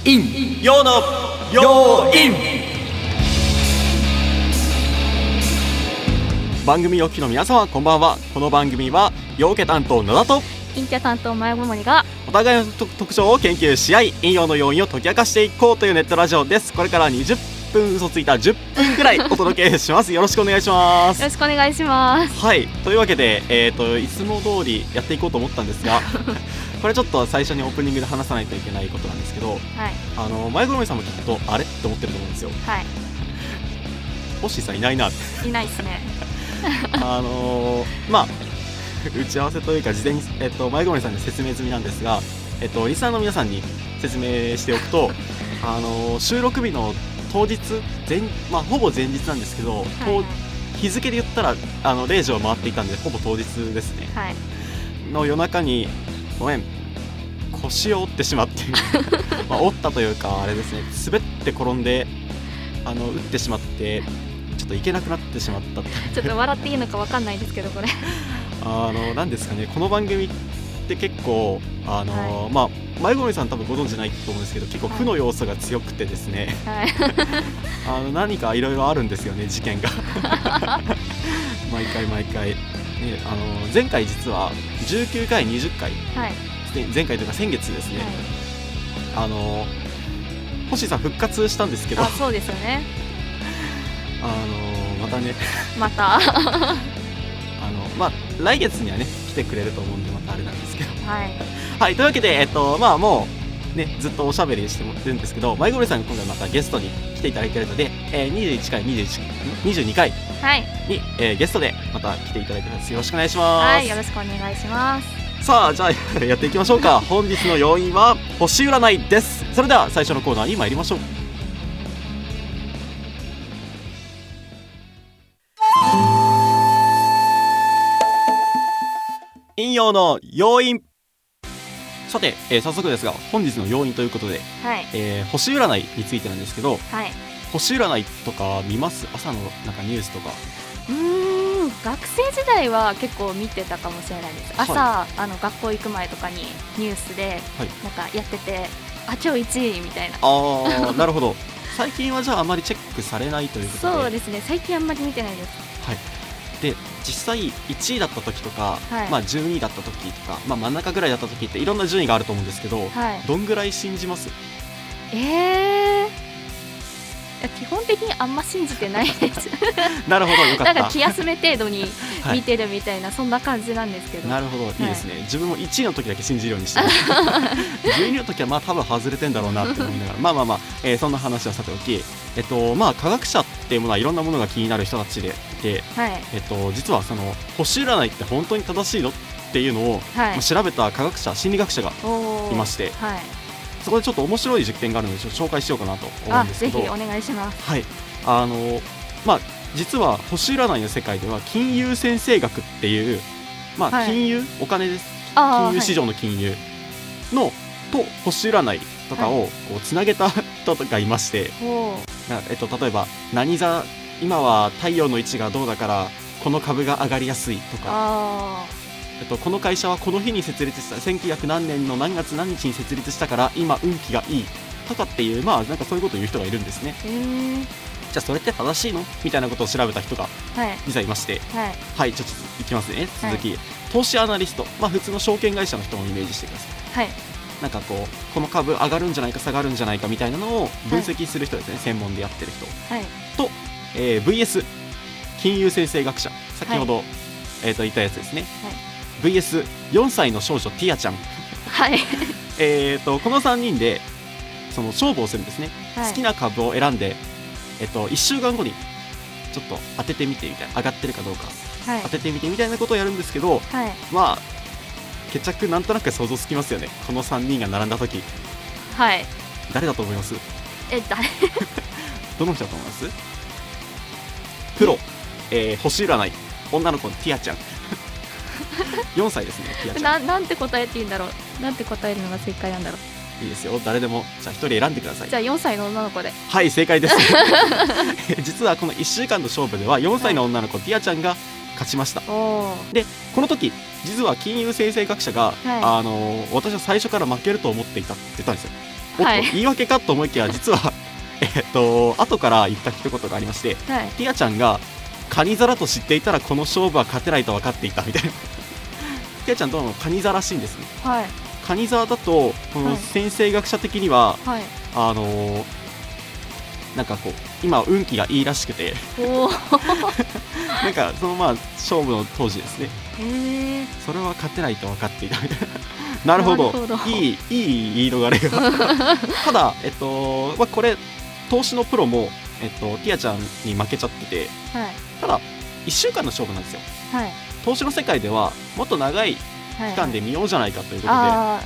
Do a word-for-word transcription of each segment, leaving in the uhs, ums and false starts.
陰陽の陽陰。番組お聞きの皆様こんばんは。この番組は陽家担当野田と陰キャ担当前もりがお互いの特徴を研究し合い、陰陽の要因を解き明かしていこうというネットラジオです。これからにじゅっぷん嘘ついたじゅっぷんくらいお届けします。よろしくお願いします。 よろしくお願いします。 はい、というわけで、えー、といつも通りやっていこうと思ったんですがこれちょっと最初にオープニングで話さないといけないことなんですけど、はい、あの前黒さんもきっとあれって思ってると思うんですよ。 はい、 ホッシーさんいないなっていないですねあのー、まあ打ち合わせというか事前に、えっと、前黒さんに説明済みなんですが、えっと、リスナーの皆さんに説明しておくとあのー、収録日の当日前、まあ、ほぼ前日なんですけど、はいはい、日付で言ったらあのれいじを回っていたんでほぼ当日ですね、はい、の夜中にごめん腰を折ってしまってまあ折ったというかあれですね、滑って転んであの打ってしまってちょっといけなくなってしまったちょっと笑っていいのか分かんないですけどこれあのなんですかね、この番組って結構あの、はい、まあ前込さん多分ご存知ないと思うんですけど結構負の要素が強くてですね、はい、あの何かいろいろあるんですよね、事件が毎回毎回、ね、あの前回実はじゅうきゅうかいにじゅっかい、はい、前回というか先月ですね、はい、あの星さん復活したんですけど、 あそうですよねあのまたねまたあのまあ来月にはね来てくれると思うんでまたあれなんですけど、 はい、はい、 というわけでえっとまあもうねずっとおしゃべりしてるんですけど、前込さんが今回またゲストに来ていただいているので、えー、にじゅういっかいにじゅういち、にじゅうにかいに、はい、えー、ゲストでまた来ていただいてます。よろしくお願いします。 はい、よろしくお願いします。 さあじゃあやっていきましょうか本日の要因は星占いです。それでは最初のコーナーに参りましょう。陰陽の要因。さて、えー、早速ですが本日の要因ということで、はい、えー、星占いについてなんですけど、はい、星占いとか見ます？朝のなんかニュースとか。 うーん、学生時代は結構見てたかもしれないです。朝、はい、あの学校行く前とかにニュースでなんかやってて、はい、あ今日いちいみたいな。 あなるほど最近はじゃああまりチェックされないということで。 そうですね、最近あんまり見てないです。 はい、で実際いちいだった時とか、はい、まあ、じゅうにいだった時とか、まあ、真ん中ぐらいだった時っていろんな順位があると思うんですけど、はい、どんぐらい信じます？ えー基本的にあんま信じてないですなるほど、よかった。 なんか気休め程度に見てるみたいな、はい、そんな感じなんですけど。 なるほど、いいですね、はい、自分もいちいの時だけ信じるようにしてますじゅうにの時はまあ多分外れてんだろうなって思いながらまあまあまあ、えー、そんな話はさておき、えっとまあ科学者っていうものはいろんなものが気になる人たちでいて、はい、えっと実はその星占いって本当に正しいのっていうのを、はい、調べた科学者心理学者がいまして、はい、そこでちょっと面白い実験があるのでちょっと紹介しようかなと思うんですけど。 ぜひお願いします。 はい、あのまあ実は星占いの世界では金融先生学っていう、まあ、金融、はい、お金です。金融市場の金融の、はい、と星占いとかをこうつなげた人がいまして、はい、えっと、例えば何座今は太陽の位置がどうだからこの株が上がりやすいとか、あ、えっと、この会社はこの日に設立したせんきゅうひゃくなんねんの何月何日に設立したから今運気がいいとかっていう、まあなんかそういうことを言う人がいるんですね。へー、じゃあそれって正しいのみたいなことを調べた人が実はいまして、はい、はい、ちょっといきますね、続き、はい、投資アナリスト、まあ普通の証券会社の人もイメージしてください。はい、なんかこうこの株上がるんじゃないか下がるんじゃないかみたいなのを分析する人ですね、はい、専門でやってる人、はい、と、えー、ブイエス 金融先生学者、先ほど、はい、えー、と言ったやつですね、はい、ブイエスよん 歳の少女ティアちゃん、はい、えーとこのさんにんでその勝負をするんですね、はい、好きな株を選んで、えっと、いっしゅうかんごにちょっと当ててみてみたいな、上がってるかどうか、はい、当ててみてみたいなことをやるんですけど、はい、まあ決着なんとなく想像つきますよね。このさんにんが並んだ時、はい、誰だと思います？ え誰どの人だと思います？プロ、えー、星占い女の子のティアちゃんよんさいですね、ティアちゃん。 な, なんて答えていいんだろう、なんて答えるのが正解なんだろう。 いいですよ、誰でも。じゃあひとり選んでください。 じゃあよんさいの女の子で。 はい、正解です実はこのいっしゅうかんの勝負ではよんさいの女の子、はい、ティアちゃんが勝ちました。でこの時実は金融先生学者が、はい、あの私は最初から負けると思っていたって言ったんですよ。 おっと言い訳かと思いきや実はえっと後から言った一言がありまして、 はい、 ティアちゃんがカニ座だと知っていたらこの勝負は勝てないと分かっていたみたいなティアちゃんどうもカニ座らしいんですね、 はい、 カニ座だとこの先生学者的には、はい、あのー、なんかこう今運気がいいらしくてなんかそのまあ勝負の当時ですね、へそれは勝てないと分かっていたみたいななるほど、いいいい言い逃れがただ、えっとまあ、これ投資のプロも、えっと、ティアちゃんに負けちゃってて、はい、ただいっしゅうかんの勝負なんですよ、はい、投資の世界ではもっと長い期間で見ようじゃないかということで、はいはい、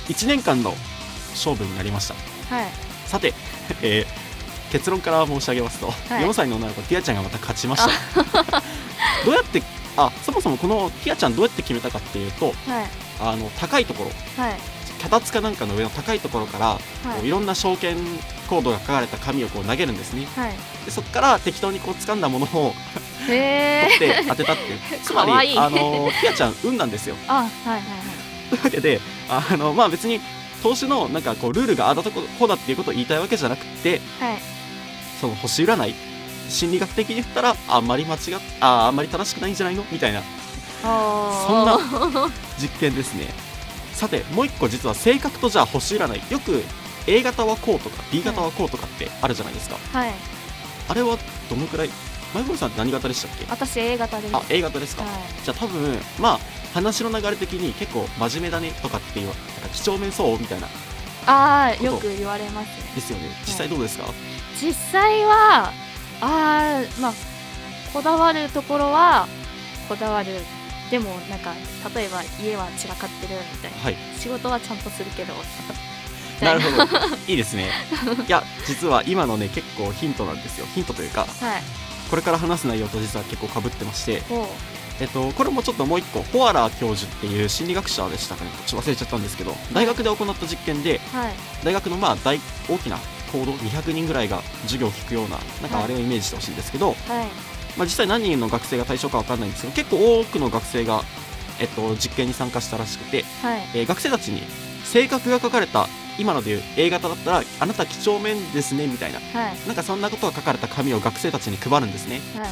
いちねんかんの勝負になりました、はい、さて、えー結論から申し上げますと、はい、よんさいの女の子ティアちゃんがまた勝ちましたどうやってあそもそもこのティアちゃんどうやって決めたかっていうと、はい、あの高いところ、はい、脚立かなんかの上の高いところから、はい、こういろんな証券コードが書かれた紙をこう投げるんですね、はい、でそこから適当にこう掴んだものを取って当てたっていうつまりいいあのティアちゃん運なんですよあ、はいはいはい、というわけであの、まあ、別に投資のなんかこうルールがあだとこうだっていうことを言いたいわけじゃなくて、はいその星占い心理学的に言ったらあんまり間違っああんまり正しくないんじゃないのみたいなそんな実験ですね。さてもう一個実は性格とじゃあ星占いよく A 型はこうとか B 型はこうとかってあるじゃないですか、はい、あれはどのくらい前森さんって何型でしたっけ？ 私 A 型です。 あ A 型ですか、はい、じゃあ多分まあ話の流れ的に結構真面目だねとかっていうなんか几帳面そうみたいなああよく言われますね。 ですよね。実際どうですか？はい、 実際はあまあこだわるところはこだわるでもなんか例えば家は散らかってるみたいな、はい、仕事はちゃんとするけどなるほどいいですね。いや実は今のね結構ヒントなんですよ。ヒントというか、はい、これから話す内容と実は結構被ってまして、えっと、これもちょっともう一個ホアラー教授っていう心理学者でしたかねちょっと忘れちゃったんですけど大学で行った実験で、はい、大学のまあ大大きな行動にひゃくにんぐらいが授業を聞くようななんかあれをイメージしてほしいんですけど、はいまあ、実際何人の学生が対象か分かんないんですけど結構多くの学生が、えっと、実験に参加したらしくて、はいえー、学生たちに性格が書かれた今のでいう A 型だったらあなた几帳面ですねみたいな、はい、なんかそんなことが書かれた紙を学生たちに配るんですね、はい、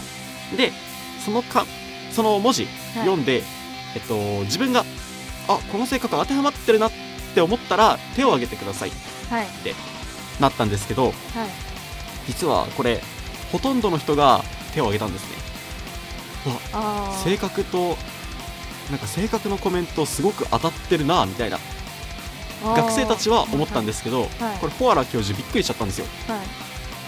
でそのかその文字読んで、はいえっと、自分があこの性格当てはまってるなって思ったら手を挙げてくださいってなったんですけど、はい、実はこれほとんどの人が手を挙げたんですね。わ性格となんか性格のコメントすごく当たってるなみたいな学生たちは思ったんですけど、はいはい、これフォアラ教授びっくりしちゃったんですよ、はい、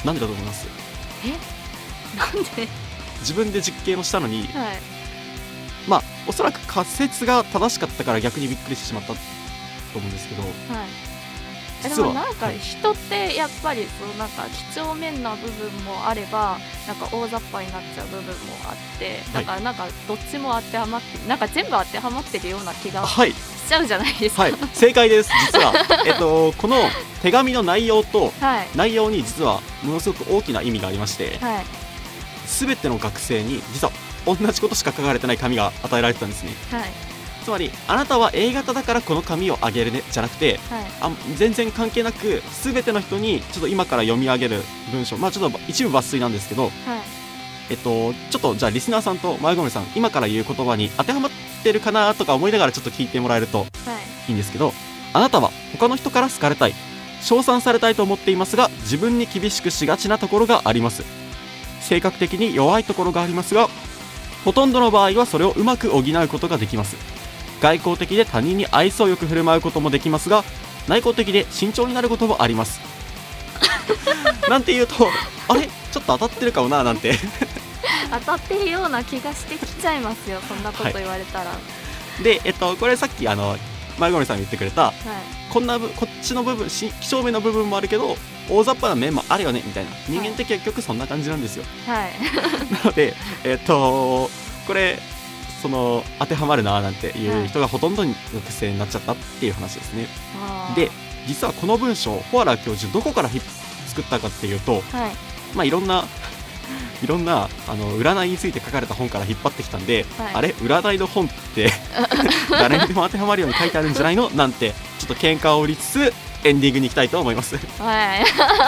なんでだと思います？ えなんで自分で実験をしたのに、はい、まあおそらく仮説が正しかったから逆にびっくりしてしまったと思うんですけど、はい、 実はでもなんか人ってやっぱりそうなんか几帳面な部分もあればなんか大雑把になっちゃう部分もあってだからなんかどっちも当てはまってなんか全部当てはまってるような気がしちゃうじゃないですか、はいはい、 正解です実は、えっと、この手紙の内容と内容に実はものすごく大きな意味がありまして、はい全ての学生に実は同じことしか書かれてない紙が与えられてたんですね、はい、つまりあなたは A 型だからこの紙をあげるねじゃなくて、はい、あ全然関係なく全ての人にちょっと今から読み上げる文章まあちょっと一部抜粋なんですけど、はいえっと、ちょっとじゃあリスナーさんと前込さん今から言う言葉に当てはまってるかなとか思いながらちょっと聞いてもらえるといいんですけど、はい、あなたは他の人から好かれたい称賛されたいと思っていますが自分に厳しくしがちなところがあります。性格的に弱いところがありますがほとんどの場合はそれをうまく補うことができます。外交的で他人に愛想よく振る舞うこともできますが内向的で慎重になることもありますなんて言うとあれちょっと当たってるかもななんて当たってるような気がしてきちゃいますよそんなこと言われたら、はい、で、えっと、これさっきあの前込さんが言ってくれた、はい、こんなこっちの部分几帳面の部分もあるけど大雑把な面もあるよねみたいな人間って結局そんな感じなんですよ、はい、なので、えー、っとこれその当てはまるななんていう人がほとんどの学生になっちゃったっていう話ですね、はい、で実はこの文章フォアラー教授どこから作ったかっていうと、はいまあ、いろんないろんなあの占いについて書かれた本から引っ張ってきたんで、はい、あれ占いの本って誰にでも当てはまるように書いてあるんじゃないのなんてちょっと喧嘩を売りつつエンディングに行きたいと思います。 はい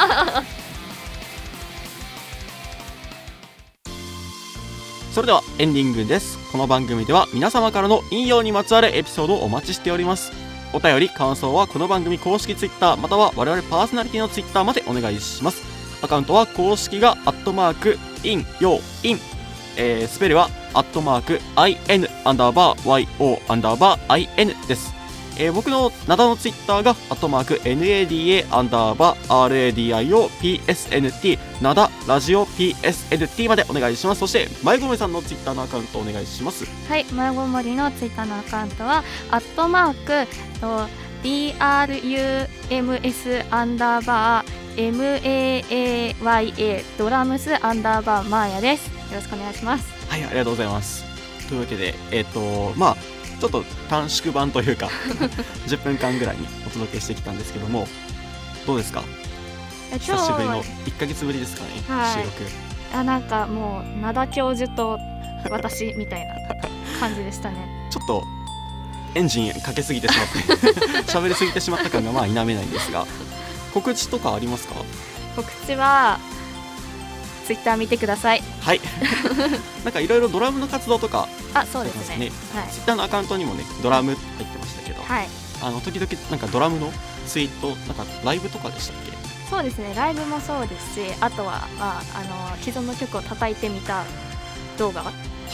それではエンディングです。この番組では皆様からの引用にまつわるエピソードをお待ちしております。お便り感想はこの番組公式ツイッターまたは我々パーソナリティのツイッターまでお願いします。アカウントは公式がアットマークインヨーイン、えー、スペルはアットマーク アイエヌ アンダーバー ワイオー アンダーバー アイエヌ です。えー、僕のナダのツイッターがアットマーク ナダ アンダーバー アールエーディーアイオー ピーエスエヌティー ナダラジオ ピーエスエヌティー までお願いします。そして前込さんのツイッターのアカウントお願いします。 はい、前込のツイッターのアカウントはアットマークと ディーアールユーエムエス アンダーバー エムエーエーワイエー ドラムスアンダーバーマーヤです。よろしくお願いします。 はい、ありがとうございます。というわけでえっ、ー、とまあちょっと短縮版というかじゅっぷんかんぐらいにお届けしてきたんですけども、どうですか？久しぶりのいっかげつぶりですかね、はい、収録。 あ、なんかもう灘教授と私みたいな感じでしたねちょっとエンジンかけすぎてしまって喋りすぎてしまった感がまあ否めないんですが、告知とかありますか？ 告知はツイッター見てください。 はいなんかいろいろドラムの活動とかあ、そうですね、 はい、ツイッターのアカウントにもねドラムって入ってましたけど、 はい、 あの時々なんかドラムのツイート、なんかライブとかでしたっけ？ そうですね、ライブもそうですし、あとは、まあ、あの既存の曲を叩いてみた動画、はい、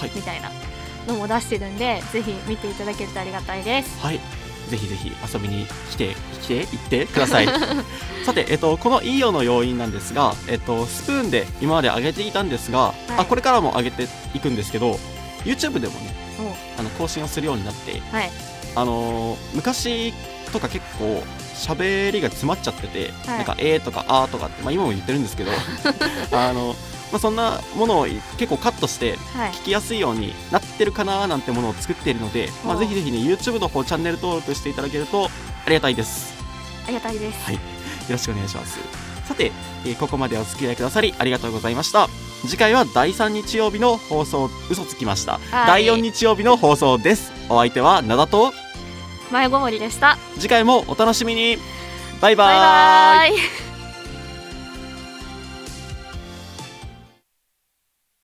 みたいなのも出してるんで、ぜひ見ていただけるとありがたいです。 はい、ぜひぜひ遊びに来て来て行ってくださいさて、えっと、このいいよの要因なんですが、えっと、スプーンで今まで上げていたんですが、はい、あこれからも上げていくんですけど YouTube でもねあの更新をするようになって、はい、あのー、昔とか結構喋りが詰まっちゃってて、はい、なんかえーとかあーとかって、まあ、今も言ってるんですけどあのまあ、そんなものを結構カットして聞きやすいようになってるかななんてものを作っているので、はい、まあ、ぜひぜひね YouTube の方チャンネル登録していただけるとありがたいです。 ありがたいです、はい、よろしくお願いします。さて、えー、ここまでお付き合いくださりありがとうございました。次回はだいさん日曜日の放送、嘘つきました、はい、だいよん日曜日の放送です。お相手はナダと前ごもりでした。 次回もお楽しみに。バイバーイ。 バイバーイ